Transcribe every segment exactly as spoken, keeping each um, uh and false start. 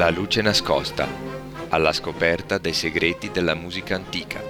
La luce nascosta, alla scoperta dei segreti della musica antica.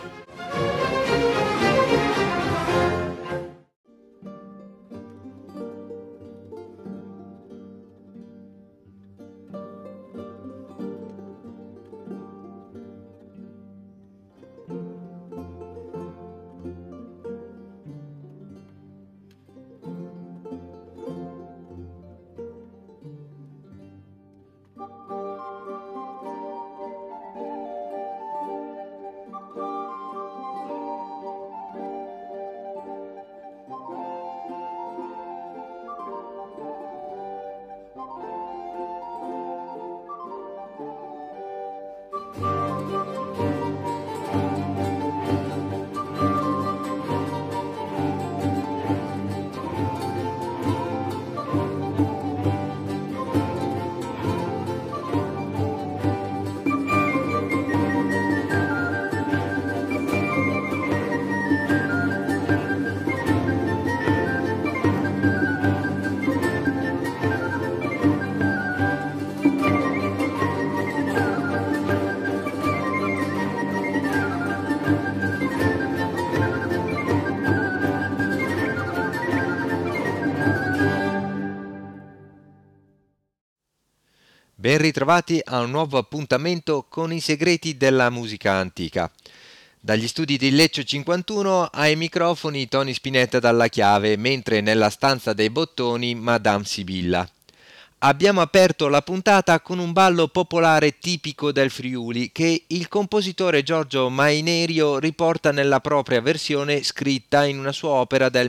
Ben ritrovati a un nuovo appuntamento con i segreti della musica antica. Dagli studi di Lecce cinquantuno ai microfoni Tony Spinetta dalla chiave, mentre nella stanza dei bottoni Madame Sibilla. Abbiamo aperto la puntata con un ballo popolare tipico del Friuli che il compositore Giorgio Mainerio riporta nella propria versione scritta in una sua opera del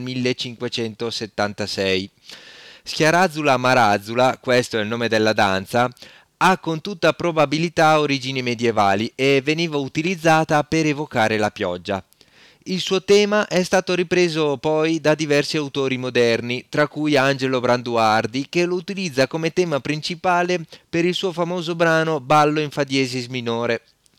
millecinquecentosettantasei. Schiarazzula Marazzula, questo è il nome della danza, ha con tutta probabilità origini medievali e veniva utilizzata per evocare la pioggia. Il suo tema è stato ripreso poi da diversi autori moderni, tra cui Angelo Branduardi, che lo utilizza come tema principale per il suo famoso brano Ballo in fa diesis minore.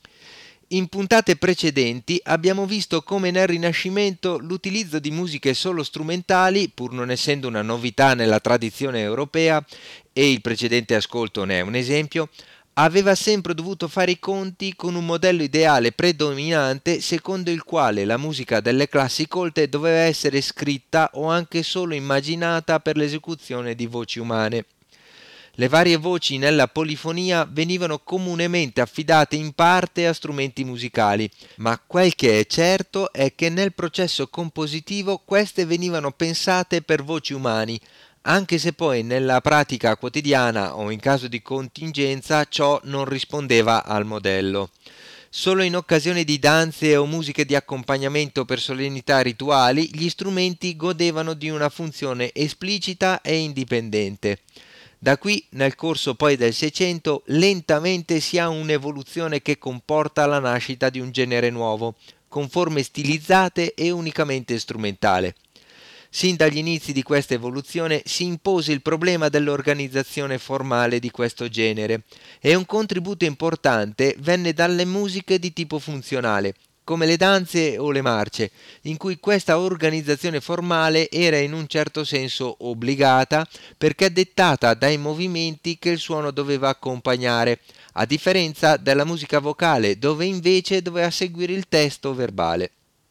In puntate precedenti abbiamo visto come nel Rinascimento l'utilizzo di musiche solo strumentali, pur non essendo una novità nella tradizione europea, e il precedente ascolto ne è un esempio, aveva sempre dovuto fare i conti con un modello ideale predominante secondo il quale la musica delle classi colte doveva essere scritta o anche solo immaginata per l'esecuzione di voci umane. Le varie voci nella polifonia venivano comunemente affidate in parte a strumenti musicali, ma quel che è certo è che nel processo compositivo queste venivano pensate per voci umani, anche se poi nella pratica quotidiana o in caso di contingenza ciò non rispondeva al modello. Solo in occasione di danze o musiche di accompagnamento per solennità rituali gli strumenti godevano di una funzione esplicita e indipendente. Da qui, nel corso poi del Seicento, lentamente si ha un'evoluzione che comporta la nascita di un genere nuovo, con forme stilizzate e unicamente strumentale. Sin dagli inizi di questa evoluzione si impose il problema dell'organizzazione formale di questo genere e un contributo importante venne dalle musiche di tipo funzionale, come le danze o le marce, in cui questa organizzazione formale era in un certo senso obbligata perché dettata dai movimenti che il suono doveva accompagnare, a differenza della musica vocale dove invece doveva seguire il testo verbale.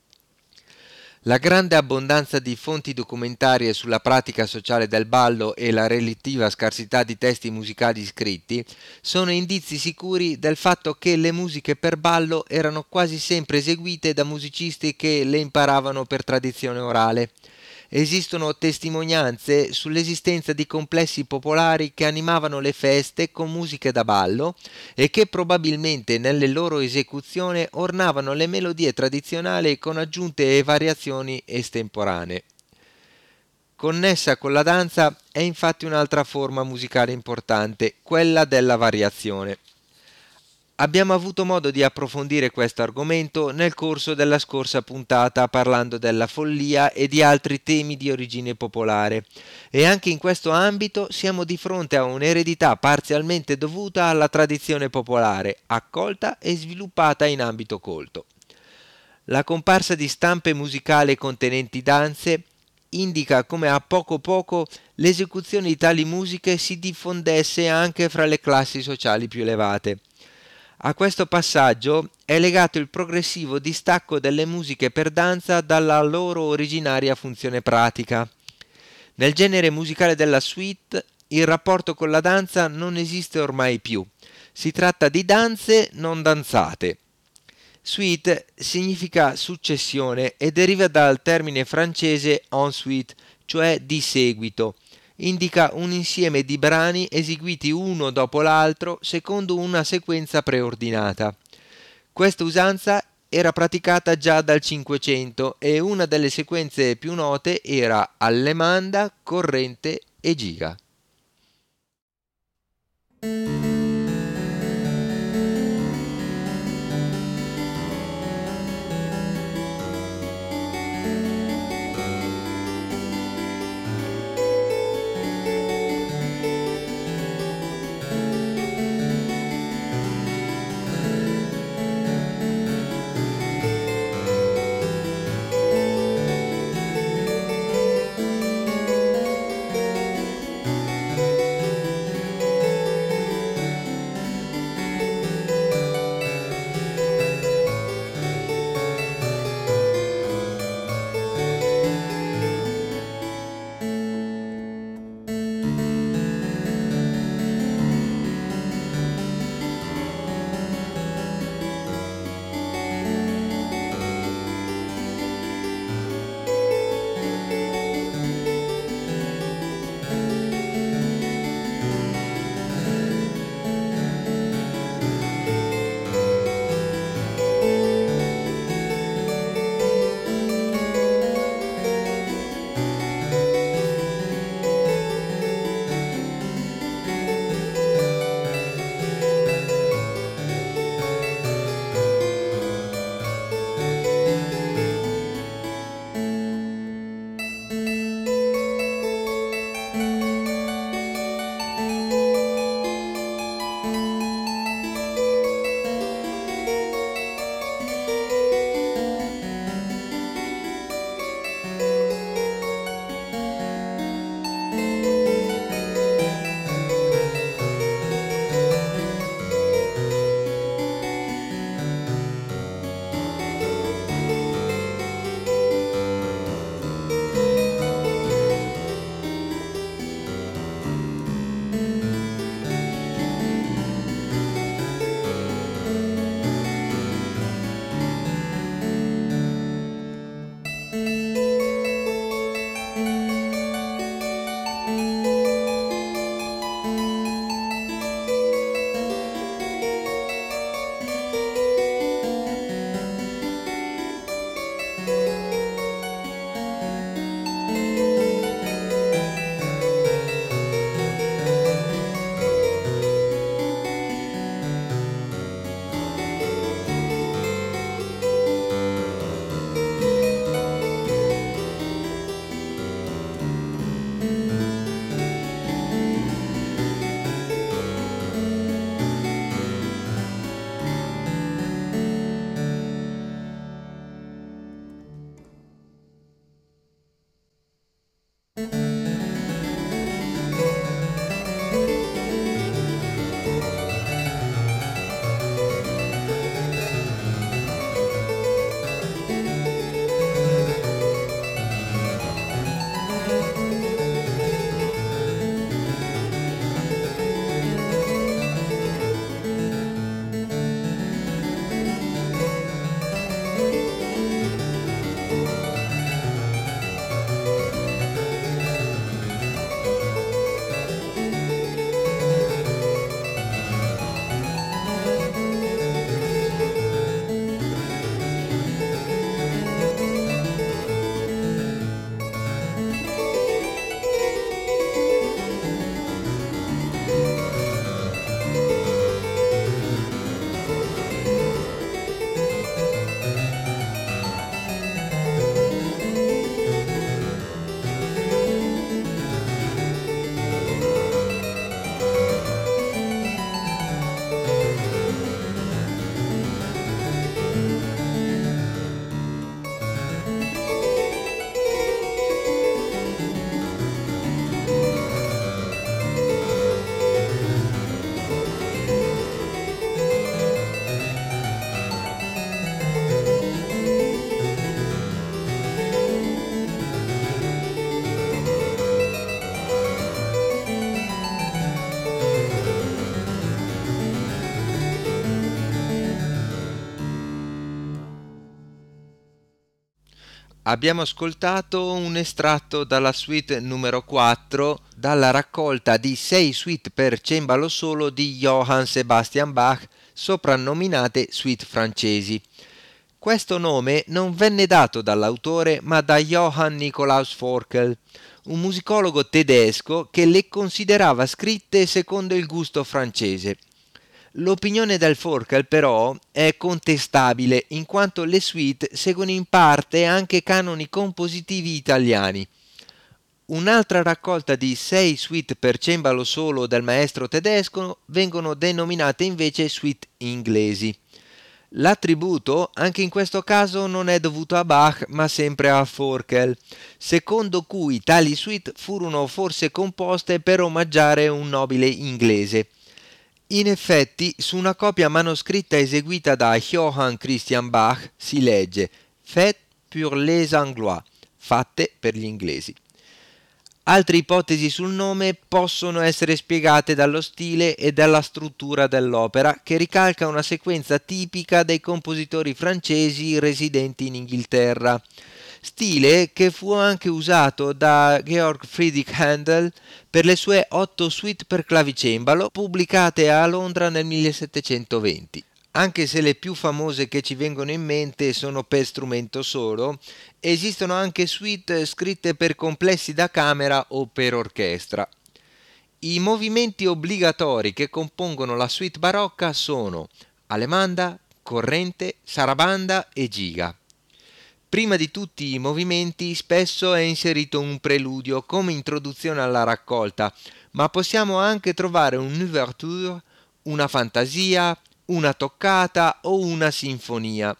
La grande abbondanza di fonti documentarie sulla pratica sociale del ballo e la relativa scarsità di testi musicali scritti sono indizi sicuri del fatto che le musiche per ballo erano quasi sempre eseguite da musicisti che le imparavano per tradizione orale. Esistono testimonianze sull'esistenza di complessi popolari che animavano le feste con musiche da ballo e che probabilmente nelle loro esecuzioni ornavano le melodie tradizionali con aggiunte e variazioni estemporanee. Connessa con la danza è infatti un'altra forma musicale importante, quella della variazione. Abbiamo avuto modo di approfondire questo argomento nel corso della scorsa puntata parlando della follia e di altri temi di origine popolare e anche in questo ambito siamo di fronte a un'eredità parzialmente dovuta alla tradizione popolare, accolta e sviluppata in ambito colto. La comparsa di stampe musicali contenenti danze indica come a poco poco l'esecuzione di tali musiche si diffondesse anche fra le classi sociali più elevate. A questo passaggio è legato il progressivo distacco delle musiche per danza dalla loro originaria funzione pratica. Nel genere musicale della suite, il rapporto con la danza non esiste ormai più. Si tratta di danze non danzate. Suite significa successione e deriva dal termine francese ensuite, cioè di seguito. Indica un insieme di brani eseguiti uno dopo l'altro secondo una sequenza preordinata. Questa usanza era praticata già dal Cinquecento e una delle sequenze più note era allemanda, corrente e giga. Abbiamo ascoltato un estratto dalla suite numero quattro dalla raccolta di sei suite per cembalo solo di Johann Sebastian Bach, soprannominate suite francesi. Questo nome non venne dato dall'autore ma da Johann Nikolaus Forkel, un musicologo tedesco che le considerava scritte secondo il gusto francese. L'opinione del Forkel però è contestabile in quanto le suite seguono in parte anche canoni compositivi italiani. Un'altra raccolta di sei suite per cembalo solo del maestro tedesco vengono denominate invece suite inglesi. L'attributo anche in questo caso non è dovuto a Bach ma sempre a Forkel, secondo cui tali suite furono forse composte per omaggiare un nobile inglese. In effetti, su una copia manoscritta eseguita da Johann Christian Bach si legge Faites pour les Anglois, fatte per gli inglesi. Altre ipotesi sul nome possono essere spiegate dallo stile e dalla struttura dell'opera, che ricalca una sequenza tipica dei compositori francesi residenti in Inghilterra, stile che fu anche usato da Georg Friedrich Händel per le sue otto suite per clavicembalo pubblicate a Londra nel millesettecentoventi. Anche se le più famose che ci vengono in mente sono per strumento solo, esistono anche suite scritte per complessi da camera o per orchestra. I movimenti obbligatori che compongono la suite barocca sono alemanda, corrente, sarabanda e giga. Prima di tutti i movimenti spesso è inserito un preludio come introduzione alla raccolta, ma possiamo anche trovare un'ouverture, una fantasia, una toccata o una sinfonia.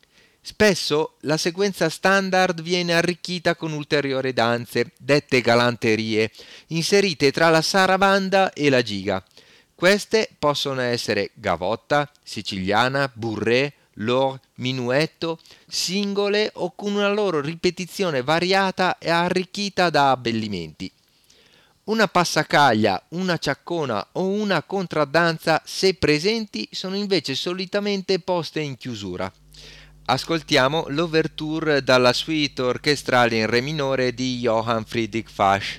Spesso la sequenza standard viene arricchita con ulteriori danze, dette galanterie, inserite tra la sarabanda e la giga. Queste possono essere gavotta, siciliana, bourrée, lor, minuetto, singole o con una loro ripetizione variata e arricchita da abbellimenti. Una passacaglia, una ciaccona o una contraddanza, se presenti, sono invece solitamente poste in chiusura. Ascoltiamo l'ouverture dalla suite orchestrale in re minore di Johann Friedrich Fasch.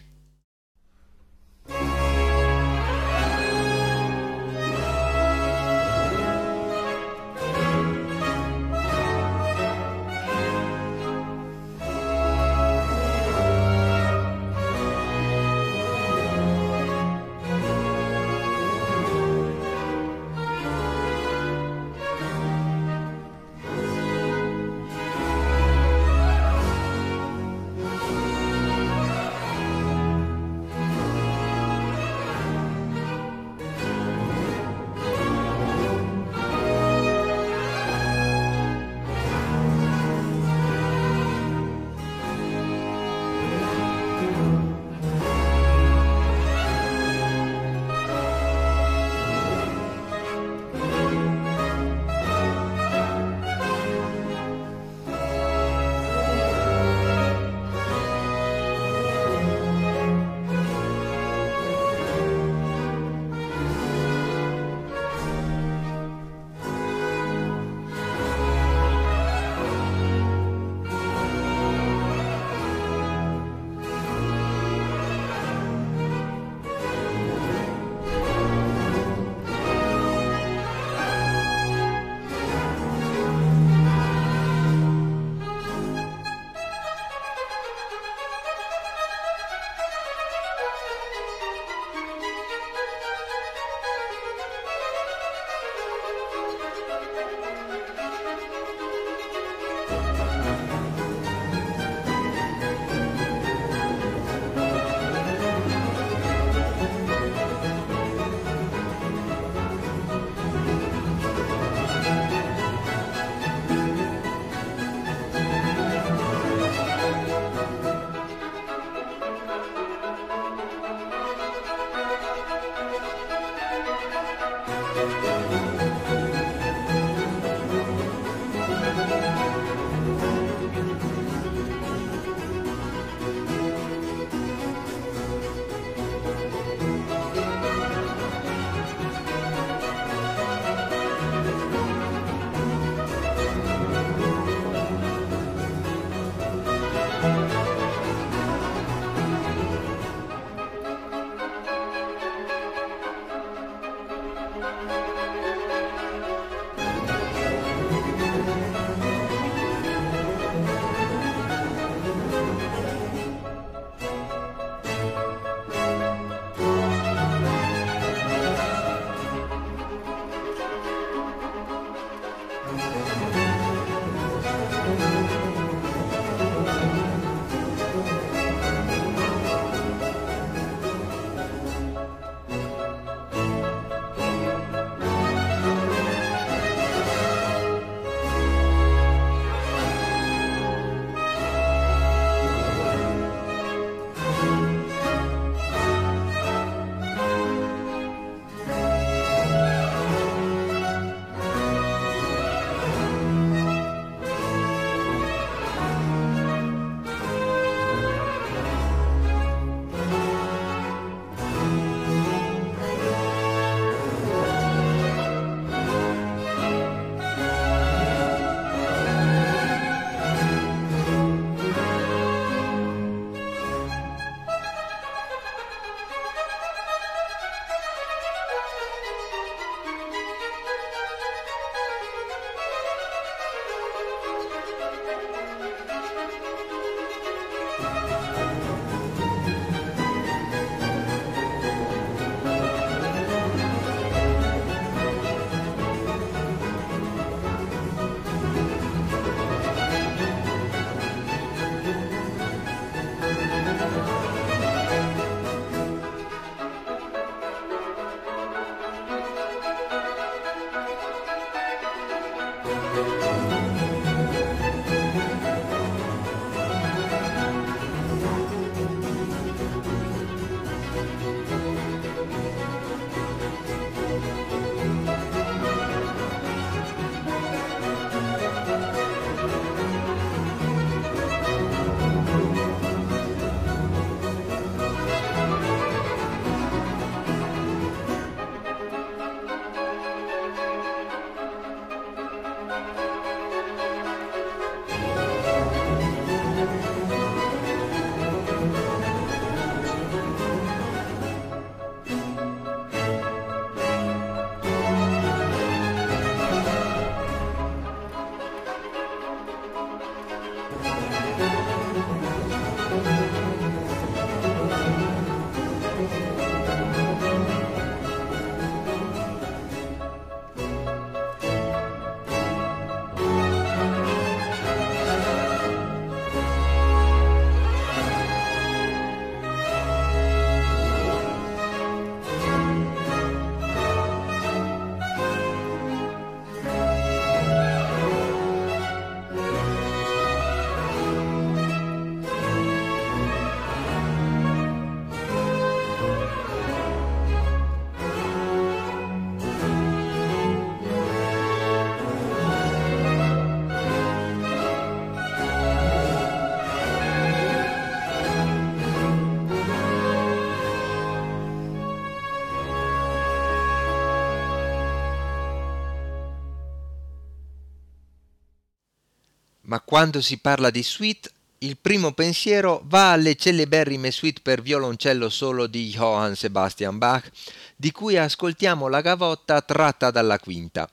Ma quando si parla di suite, il primo pensiero va alle celeberrime suite per violoncello solo di Johann Sebastian Bach, di cui ascoltiamo la gavotta tratta dalla quinta.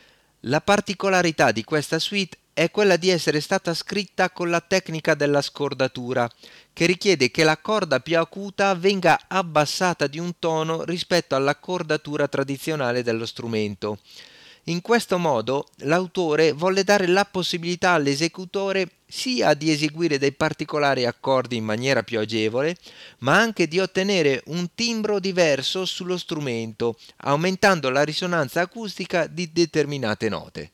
La particolarità di questa suite è quella di essere stata scritta con la tecnica della scordatura, che richiede che la corda più acuta venga abbassata di un tono rispetto all'accordatura tradizionale dello strumento. In questo modo l'autore volle dare la possibilità all'esecutore sia di eseguire dei particolari accordi in maniera più agevole, ma anche di ottenere un timbro diverso sullo strumento, aumentando la risonanza acustica di determinate note.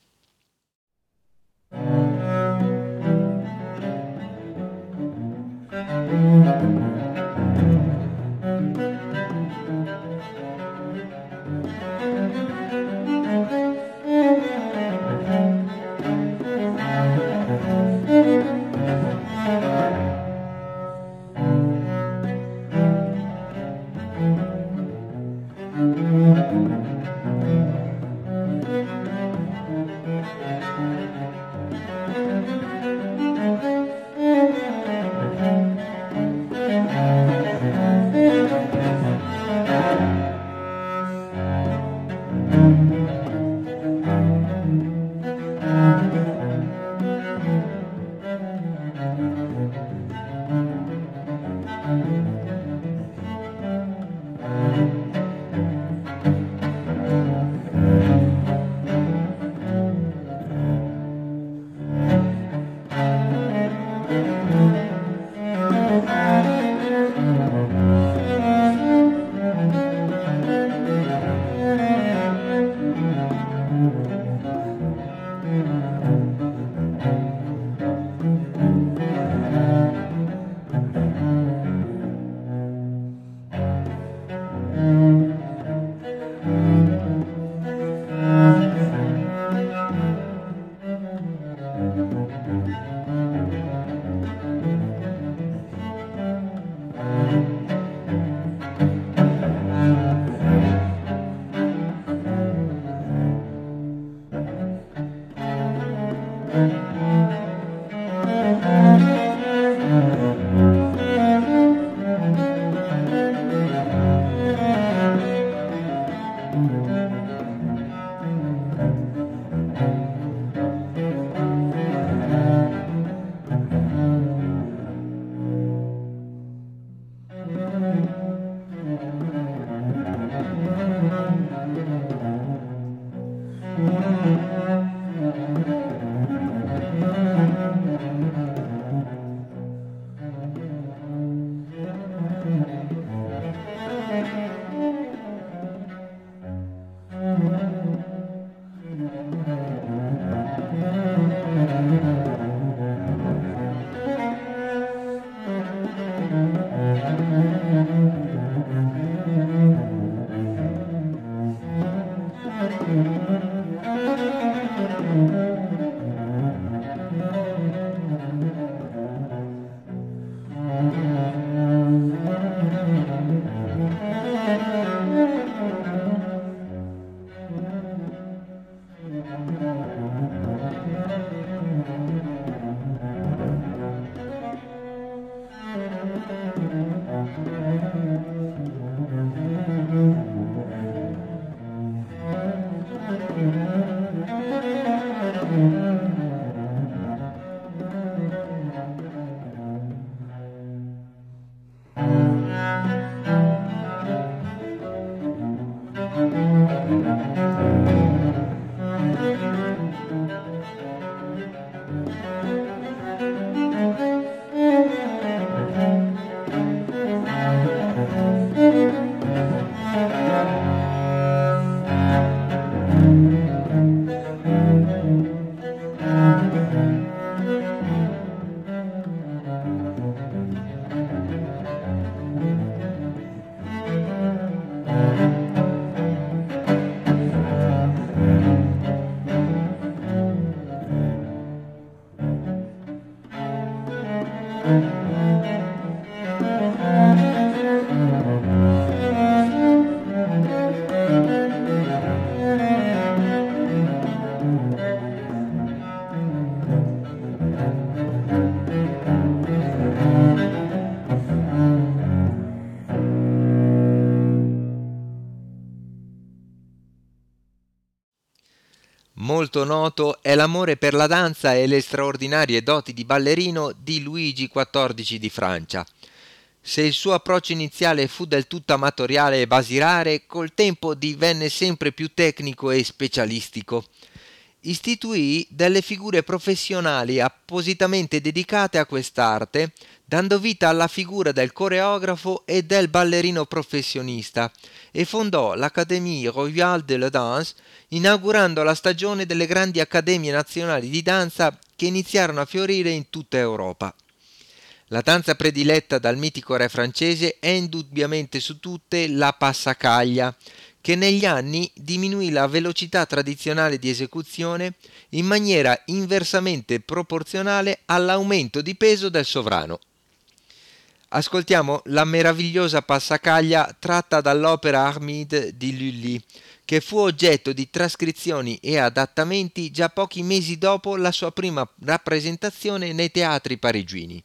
Molto noto è l'amore per la danza e le straordinarie doti di ballerino di Luigi quattordici di Francia. Se il suo approccio iniziale fu del tutto amatoriale e basilare, col tempo divenne sempre più tecnico e specialistico. Istituì delle figure professionali appositamente dedicate a quest'arte, dando vita alla figura del coreografo e del ballerino professionista, e fondò l'Académie Royale de la Danse, inaugurando la stagione delle grandi accademie nazionali di danza che iniziarono a fiorire in tutta Europa. La danza prediletta dal mitico re francese è indubbiamente su tutte la passacaglia, che negli anni diminuì la velocità tradizionale di esecuzione in maniera inversamente proporzionale all'aumento di peso del sovrano. Ascoltiamo la meravigliosa passacaglia tratta dall'opera Armide di Lully, che fu oggetto di trascrizioni e adattamenti già pochi mesi dopo la sua prima rappresentazione nei teatri parigini.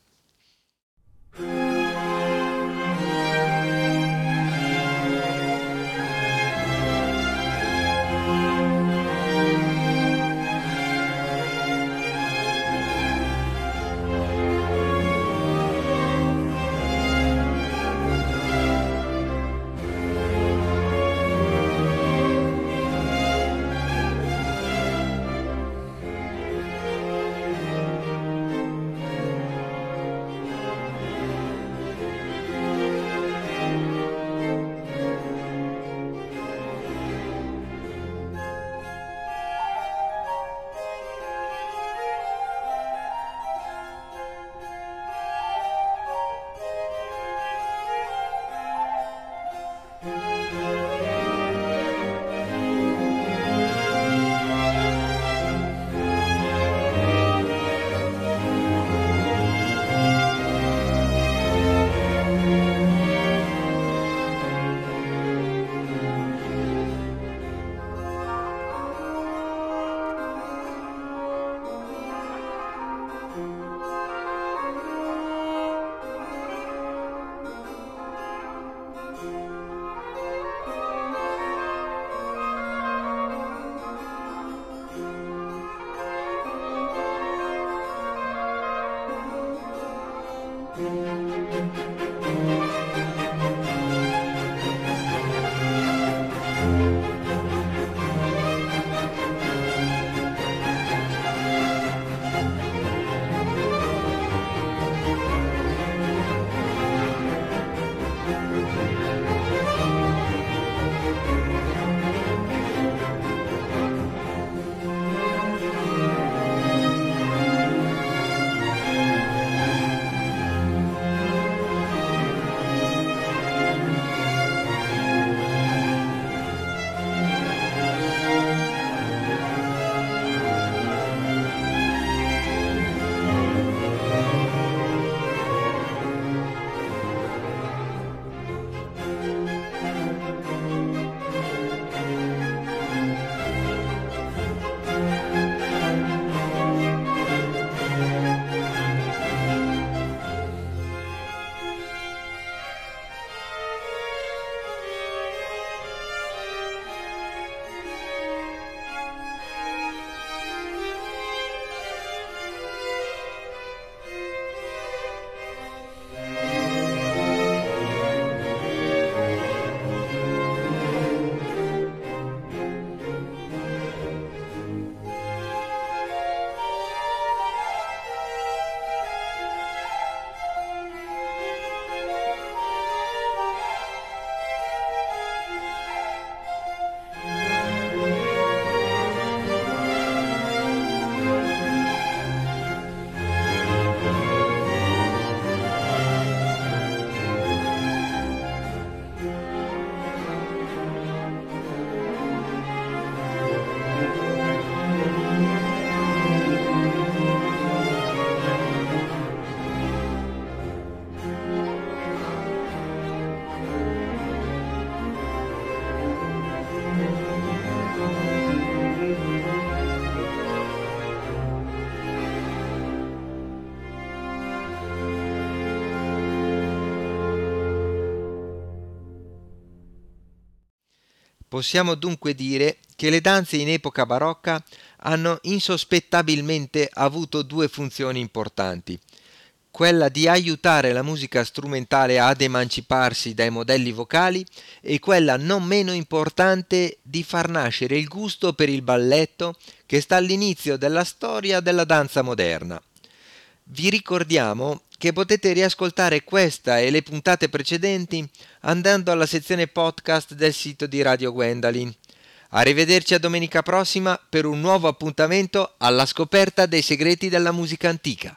Possiamo dunque dire che le danze in epoca barocca hanno insospettabilmente avuto due funzioni importanti: quella di aiutare la musica strumentale ad emanciparsi dai modelli vocali e quella non meno importante di far nascere il gusto per il balletto che sta all'inizio della storia della danza moderna. Vi ricordiamo che potete riascoltare questa e le puntate precedenti andando alla sezione podcast del sito di Radio Gwendalin. Arrivederci a domenica prossima per un nuovo appuntamento alla scoperta dei segreti della musica antica.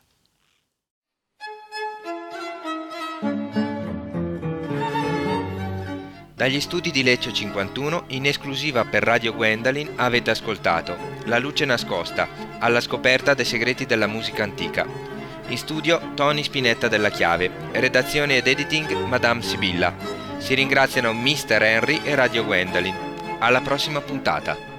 Dagli studi di Lecce cinquantuno, in esclusiva per Radio Gwendalin, avete ascoltato La luce nascosta, alla scoperta dei segreti della musica antica. In studio Tony Spinetta della Chiave, redazione ed editing Madame Sibilla. Si ringraziano mister Henry e Radio Gwendalin. Alla prossima puntata.